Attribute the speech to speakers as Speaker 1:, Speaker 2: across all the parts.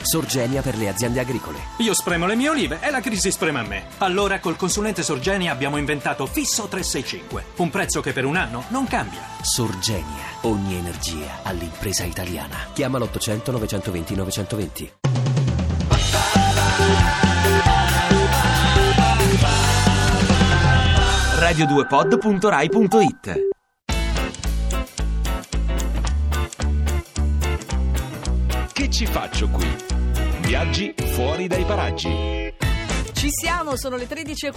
Speaker 1: Sorgenia per le aziende agricole.
Speaker 2: Io spremo le mie olive e la crisi sprema me. Allora col consulente Sorgenia abbiamo inventato Fisso 365, un prezzo che per un anno non cambia.
Speaker 1: Sorgenia, ogni energia all'impresa italiana. Chiama l'800 920 920.
Speaker 3: radio2pod.rai.it. Che ci faccio qui? Viaggi fuori dai paraggi.
Speaker 4: Ci siamo, sono le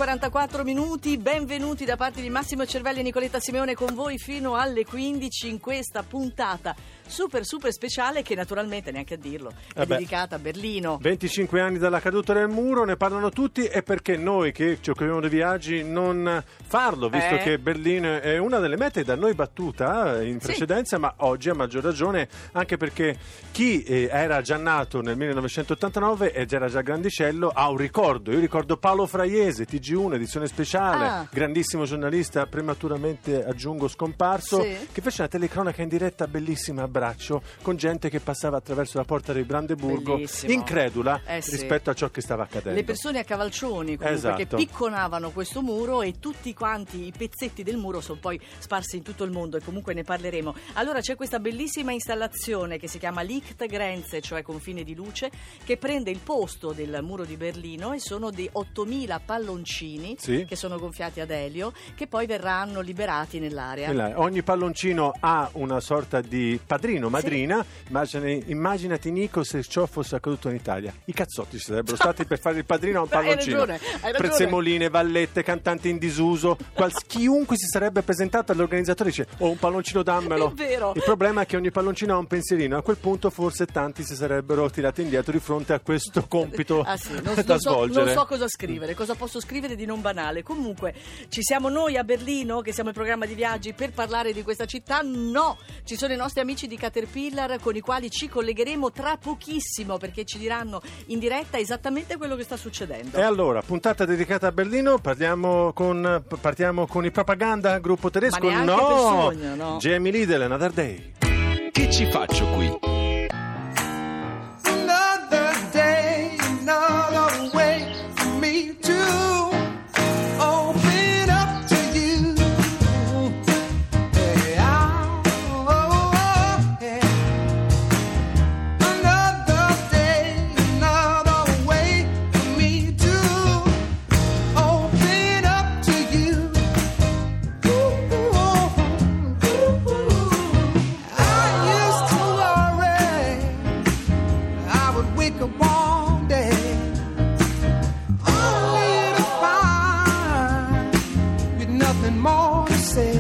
Speaker 4: 13:44, benvenuti da parte di Massimo Cervelli e Nicoletta Simeone con voi fino alle 15 in questa puntata super speciale che naturalmente, neanche a dirlo, è dedicata a Berlino.
Speaker 5: 25 anni dalla caduta del muro, ne parlano tutti, e perché noi che ci occupiamo di viaggi non farlo, visto che Berlino è una delle mete da noi battuta in precedenza, ma oggi a maggior ragione, anche perché chi era già nato nel 1989 e era già grandicello ha un ricordo. Io ricordo Paolo Fraiese, TG1, edizione speciale, grandissimo giornalista, prematuramente aggiungo scomparso, che fece una telecronaca in diretta bellissima a braccio con gente che passava attraverso la porta di Brandeburgo, incredula rispetto a ciò che stava accadendo.
Speaker 4: Le persone a cavalcioni comunque, che picconavano questo muro, e tutti quanti i pezzetti del muro sono poi sparsi in tutto il mondo, e comunque ne parleremo. Allora c'è questa bellissima installazione che si chiama Lichtgrenze, cioè confine di luce, che prende il posto del muro di Berlino, e sono di 8.000 palloncini che sono gonfiati ad elio, che poi verranno liberati nell'area.
Speaker 5: Ogni palloncino ha una sorta di padrino, madrina. Immaginati, Nico, se ciò fosse accaduto in Italia. I cazzotti ci sarebbero stati per fare il padrino a un palloncino.
Speaker 4: Hai ragione.
Speaker 5: Prezzemoline, vallette, cantanti in disuso, chiunque si sarebbe presentato all'organizzatore e dice: un palloncino dammelo.
Speaker 4: È vero.
Speaker 5: Il problema è che ogni palloncino ha un pensierino. A quel punto forse tanti si sarebbero tirati indietro di fronte a questo compito da svolgere.
Speaker 4: Non so cosa scrivere, cosa posso scrivere di non banale. Comunque ci siamo noi a Berlino, che siamo il programma di viaggi, per parlare di questa città. No, ci sono i nostri amici di Caterpillar, con i quali ci collegheremo tra pochissimo, perché ci diranno in diretta esattamente quello che sta succedendo.
Speaker 5: E allora, puntata dedicata a Berlino, partiamo con i Propaganda, gruppo tedesco.
Speaker 4: Ma neanche per sogno, no?
Speaker 5: Jamie Lidl, Another Day.
Speaker 3: Che ci faccio qui?
Speaker 6: Another day, another way for me to open up to you. Yeah, yeah. Another day, another way for me to open up to you. I used to worry I would wake up one day only to find with nothing more to say.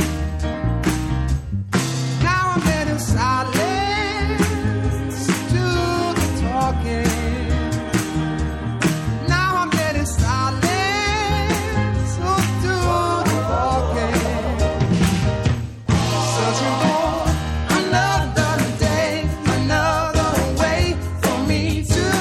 Speaker 6: Now I'm getting silence to the talking. Now I'm getting silence to the walking. Searching for another day, another way for me to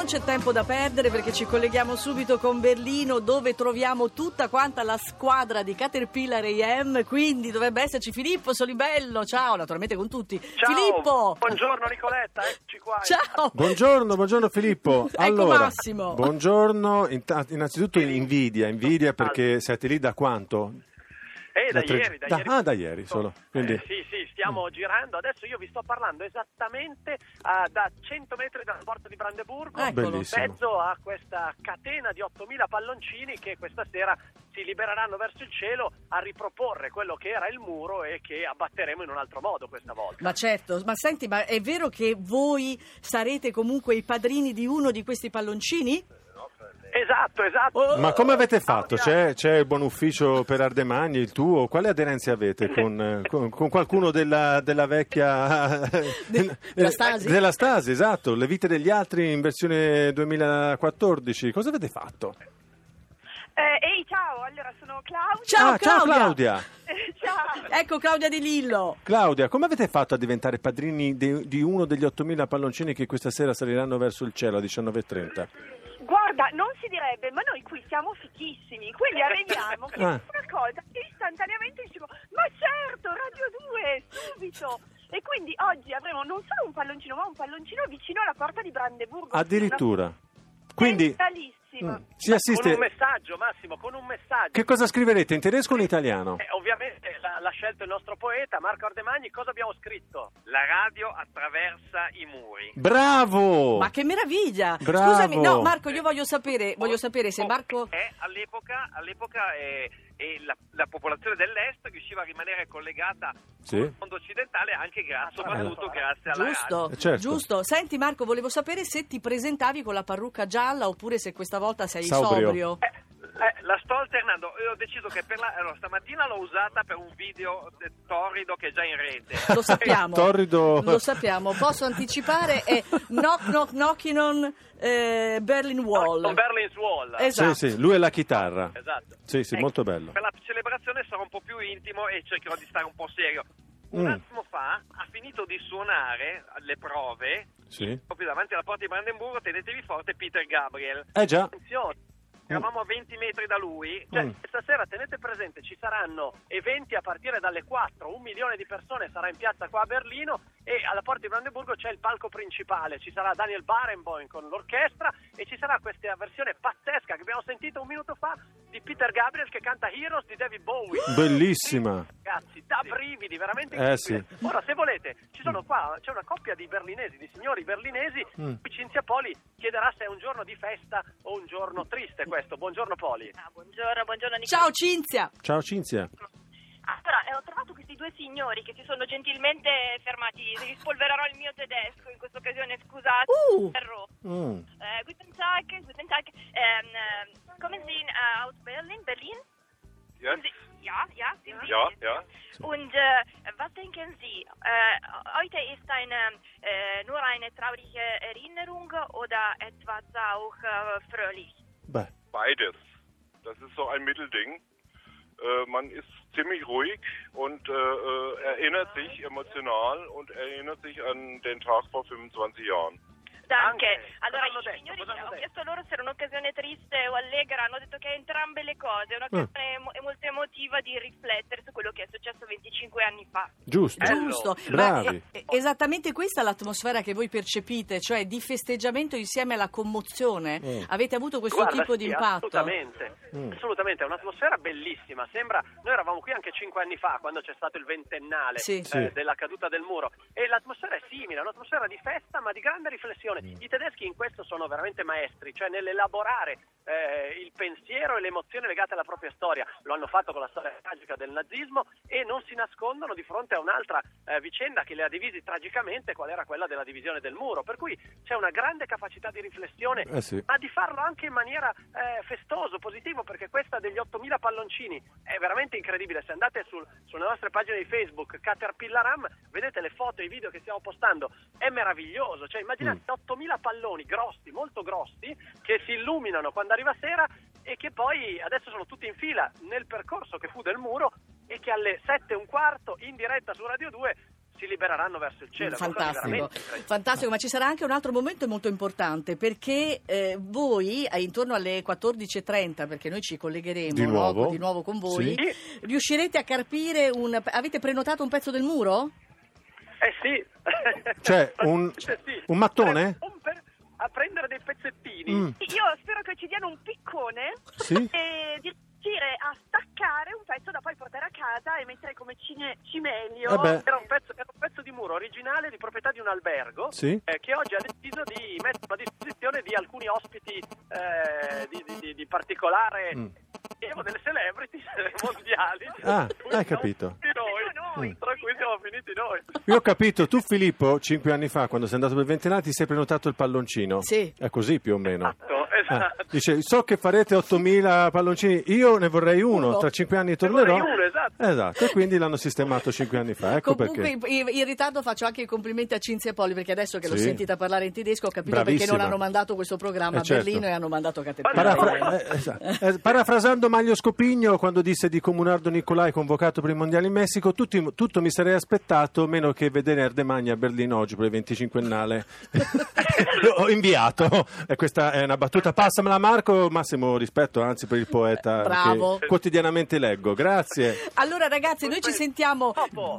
Speaker 4: c'è tempo da perdere perché ci colleghiamo subito con Berlino, dove troviamo tutta quanta la squadra di Caterpillar AM, quindi dovrebbe esserci Filippo Solibello. Ciao, naturalmente con tutti.
Speaker 7: Ciao,
Speaker 4: Filippo!
Speaker 7: buongiorno Nicoletta, eccoci qua.
Speaker 4: Ciao!
Speaker 5: Buongiorno Filippo.
Speaker 4: Ecco Massimo.
Speaker 5: Buongiorno, innanzitutto invidia perché siete lì da quanto?
Speaker 7: Da ieri.
Speaker 5: Da ieri solo. Quindi...
Speaker 7: Sì, stiamo girando. Adesso io vi sto parlando esattamente da 100 metri dalla porta di Brandeburgo, in mezzo a questa catena di 8.000 palloncini che questa sera si libereranno verso il cielo a riproporre quello che era il muro e che abbatteremo in un altro modo questa volta.
Speaker 4: Ma certo, ma senti, ma è vero che voi sarete comunque i padrini di uno di questi palloncini?
Speaker 7: Esatto.
Speaker 5: Ma come avete fatto? C'è il buon ufficio per Ardemagni, il tuo? Quale aderenze avete con qualcuno della vecchia...
Speaker 4: della Stasi?
Speaker 5: Della Stasi, esatto. Le vite degli altri in versione 2014. Cosa avete fatto?
Speaker 8: Ehi, ciao, allora sono Claudia.
Speaker 4: Ciao
Speaker 5: Claudia!
Speaker 8: Ciao!
Speaker 4: Ecco Claudia Di Lillo.
Speaker 5: Claudia, come avete fatto a diventare padrini di uno degli 8.000 palloncini che questa sera saliranno verso il cielo alle 19.30?
Speaker 8: Guarda, non si direbbe, ma noi qui siamo fichissimi, quindi arriviamo che una cosa, istantaneamente diciamo, ma certo, Radio 2, subito! E quindi oggi avremo non solo un palloncino, ma un palloncino vicino alla porta di Brandeburgo.
Speaker 5: Addirittura. Quindi si assiste...
Speaker 7: Con un messaggio, Massimo, con un messaggio.
Speaker 5: Che cosa scriverete, in tedesco o in italiano?
Speaker 7: Ovviamente l'ha scelto il nostro poeta Marco Ardemagni. Cosa abbiamo scritto? La radio attraversa i muri.
Speaker 5: Bravo!
Speaker 4: Ma che meraviglia!
Speaker 5: Bravo.
Speaker 4: Scusami, no Marco, io voglio sapere se Marco...
Speaker 7: All'epoca la popolazione dell'est riusciva a rimanere collegata al mondo occidentale anche soprattutto grazie alla radio.
Speaker 5: Certo.
Speaker 4: Giusto. Senti Marco, volevo sapere se ti presentavi con la parrucca gialla oppure se questa volta sei sobrio.
Speaker 7: La sto alternando. Io ho deciso che stamattina l'ho usata per un video torrido che è già in rete.
Speaker 4: Lo sappiamo.
Speaker 5: Torrido.
Speaker 4: Lo sappiamo. Posso anticipare? È Knocking on Berlin Wall.
Speaker 7: On Berlin's Wall.
Speaker 4: Esatto.
Speaker 5: Sì, lui è la chitarra.
Speaker 7: Esatto.
Speaker 5: Sì, molto bello.
Speaker 7: Per la celebrazione sarò un po' più intimo e cercherò di stare un po' serio. Un attimo fa ha finito di suonare le prove proprio davanti alla porta di Brandeburgo. Tenetevi forte, Peter Gabriel.
Speaker 5: Già.
Speaker 7: Attenzione. Eravamo a 20 metri da lui, stasera tenete presente ci saranno eventi a partire dalle 4, 1 milione di persone sarà in piazza qua a Berlino e alla porta di Brandeburgo c'è il palco principale, ci sarà Daniel Barenboim con l'orchestra e ci sarà questa versione pazzesca che abbiamo sentito un minuto fa di Peter Gabriel che canta Heroes di David Bowie.
Speaker 5: Bellissima!
Speaker 7: Ragazzi, da brividi, veramente incredibile.
Speaker 5: Sì.
Speaker 7: Ora, se volete, c'è una coppia di berlinesi, di signori berlinesi, Cinzia Poli chiederà se è un giorno di festa o un giorno triste questo. Buongiorno Poli.
Speaker 8: Buongiorno Nicola.
Speaker 4: Ciao Cinzia.
Speaker 5: Ciao Cinzia.
Speaker 8: Allora, ho trovato questi due signori che si sono gentilmente fermati. Rispolvererò il mio tedesco in questa occasione, scusate. Guten Tag. Kommen Sie aus Berlin?
Speaker 7: Yes.
Speaker 8: Ja, sind Sie?
Speaker 7: Ja.
Speaker 8: Und was denken Sie? Heute ist nur eine traurige Erinnerung oder etwas auch fröhlich?
Speaker 9: Beides. Das ist so ein Mittelding. Man ist ziemlich ruhig und erinnert sich emotional und erinnert sich an den Tag vor 25 Jahren.
Speaker 8: Danke. Allora i signori ho chiesto loro se era un'occasione triste o allegra, hanno detto che è entrambe le cose, è un'occasione molto emotiva di riflettere su quello che è successo 25 anni fa.
Speaker 5: Giusto. Bravi.
Speaker 4: Ma è esattamente questa l'atmosfera che voi percepite, cioè di festeggiamento insieme alla commozione. Avete avuto questo tipo di impatto?
Speaker 7: Assolutamente, è un'atmosfera bellissima. Noi eravamo qui anche 5 anni fa quando c'è stato il ventennale della caduta del muro e l'atmosfera è simile, è un'atmosfera di festa ma di grande riflessione. I tedeschi in questo sono veramente maestri, cioè nell'elaborare il pensiero e le emozioni legate alla propria storia. Lo hanno fatto con la storia tragica del nazismo e non si nascondono di fronte a un'altra vicenda che le ha divisi tragicamente, qual era quella della divisione del muro. Per cui c'è una grande capacità di riflessione, ma di farlo anche in maniera festoso, positivo, perché questa degli 8.000 palloncini è veramente incredibile. Se andate sulle nostre pagine di Facebook Caterpillar AM, vedete le foto e i video che stiamo postando, è meraviglioso. Cioè immaginate 8.000 palloni grossi, molto grossi, che si illuminano quando arriva sera e che poi adesso sono tutti in fila nel percorso che fu del muro e che alle 7:15 in diretta su Radio 2 si libereranno verso il cielo.
Speaker 4: Fantastico, ma ci sarà anche un altro momento molto importante, perché voi intorno alle 14:30, perché noi ci collegheremo di nuovo con voi, riuscirete a carpire avete prenotato un pezzo del muro?
Speaker 7: Sì.
Speaker 5: Cioè un mattone?
Speaker 7: A prendere dei pezzettini.
Speaker 8: Io spero che ci diano un piccone e di riuscire a staccare un pezzo da poi portare a casa e mettere come cimelio.
Speaker 7: Era un pezzo di muro originale di proprietà di un albergo che oggi ha deciso di metterlo a disposizione di alcuni ospiti di particolare delle celebrity mondiali.
Speaker 5: Hai capito.
Speaker 7: Tra cui siamo finiti noi.
Speaker 5: Io ho capito, tu Filippo 5 anni fa quando sei andato per Ventennati ti sei prenotato il palloncino. È così più o meno.
Speaker 7: Esatto.
Speaker 5: Dice, so che farete 8.000 palloncini, io ne vorrei uno. Tra 5 anni tornerò. Esatto, e quindi l'hanno sistemato 5 anni fa. Ecco
Speaker 4: comunque,
Speaker 5: perché.
Speaker 4: In ritardo faccio anche i complimenti a Cinzia Polli, perché adesso che l'ho sentita parlare in tedesco ho capito perché non hanno mandato questo programma a Berlino e hanno mandato Caterpillar.
Speaker 5: Parafrasando Maglio Scopigno, quando disse di Comunardo Nicolai convocato per i mondiali in Messico, tutto mi sarei aspettato meno che vedere Erdemagna a Berlino oggi per il 25ennale. L'ho inviato, e questa è una battuta. Passamela Marco, massimo rispetto anzi per il poeta che quotidianamente leggo. Grazie.
Speaker 4: Allora ragazzi, noi ci sentiamo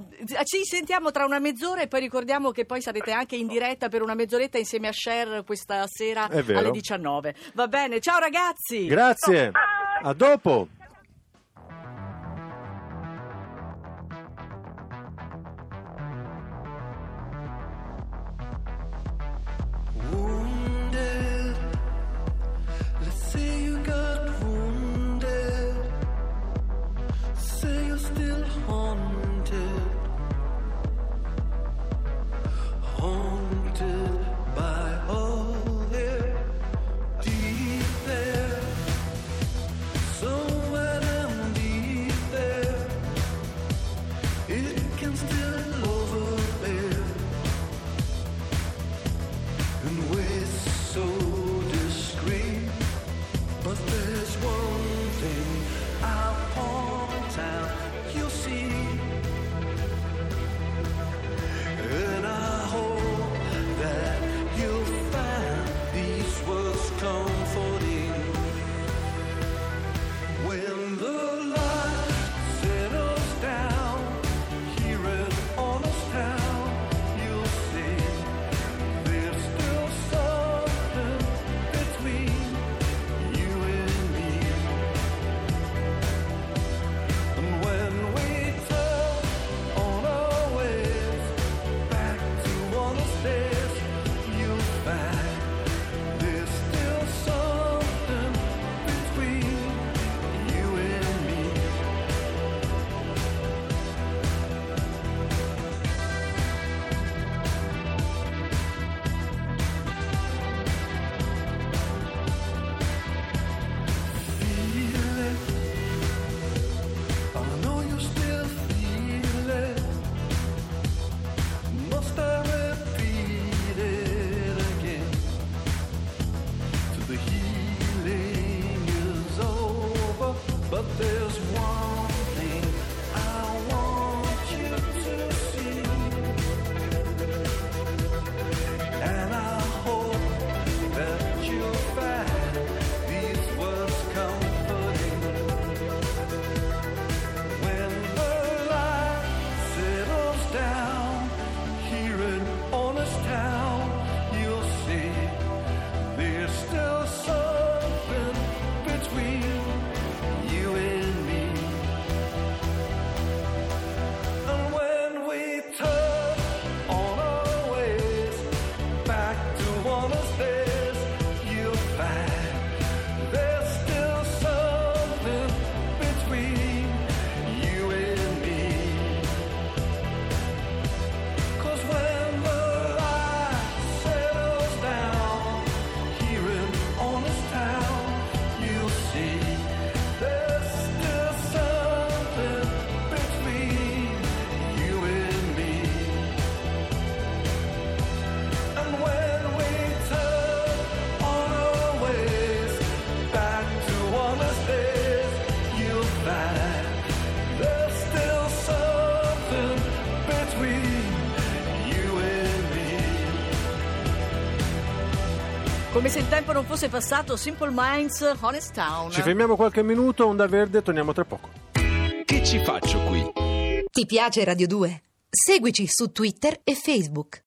Speaker 4: tra una mezz'ora, e poi ricordiamo che poi sarete anche in diretta per una mezz'oretta insieme a Cher questa sera alle 19. Va bene, ciao ragazzi.
Speaker 5: Grazie. A dopo.
Speaker 6: On a
Speaker 4: Come se il tempo non fosse passato, Simple Minds, Honest Town.
Speaker 5: Ci fermiamo qualche minuto, Onda Verde, torniamo tra poco.
Speaker 3: Che ci faccio qui?
Speaker 10: Ti piace Radio 2? Seguici su Twitter e Facebook.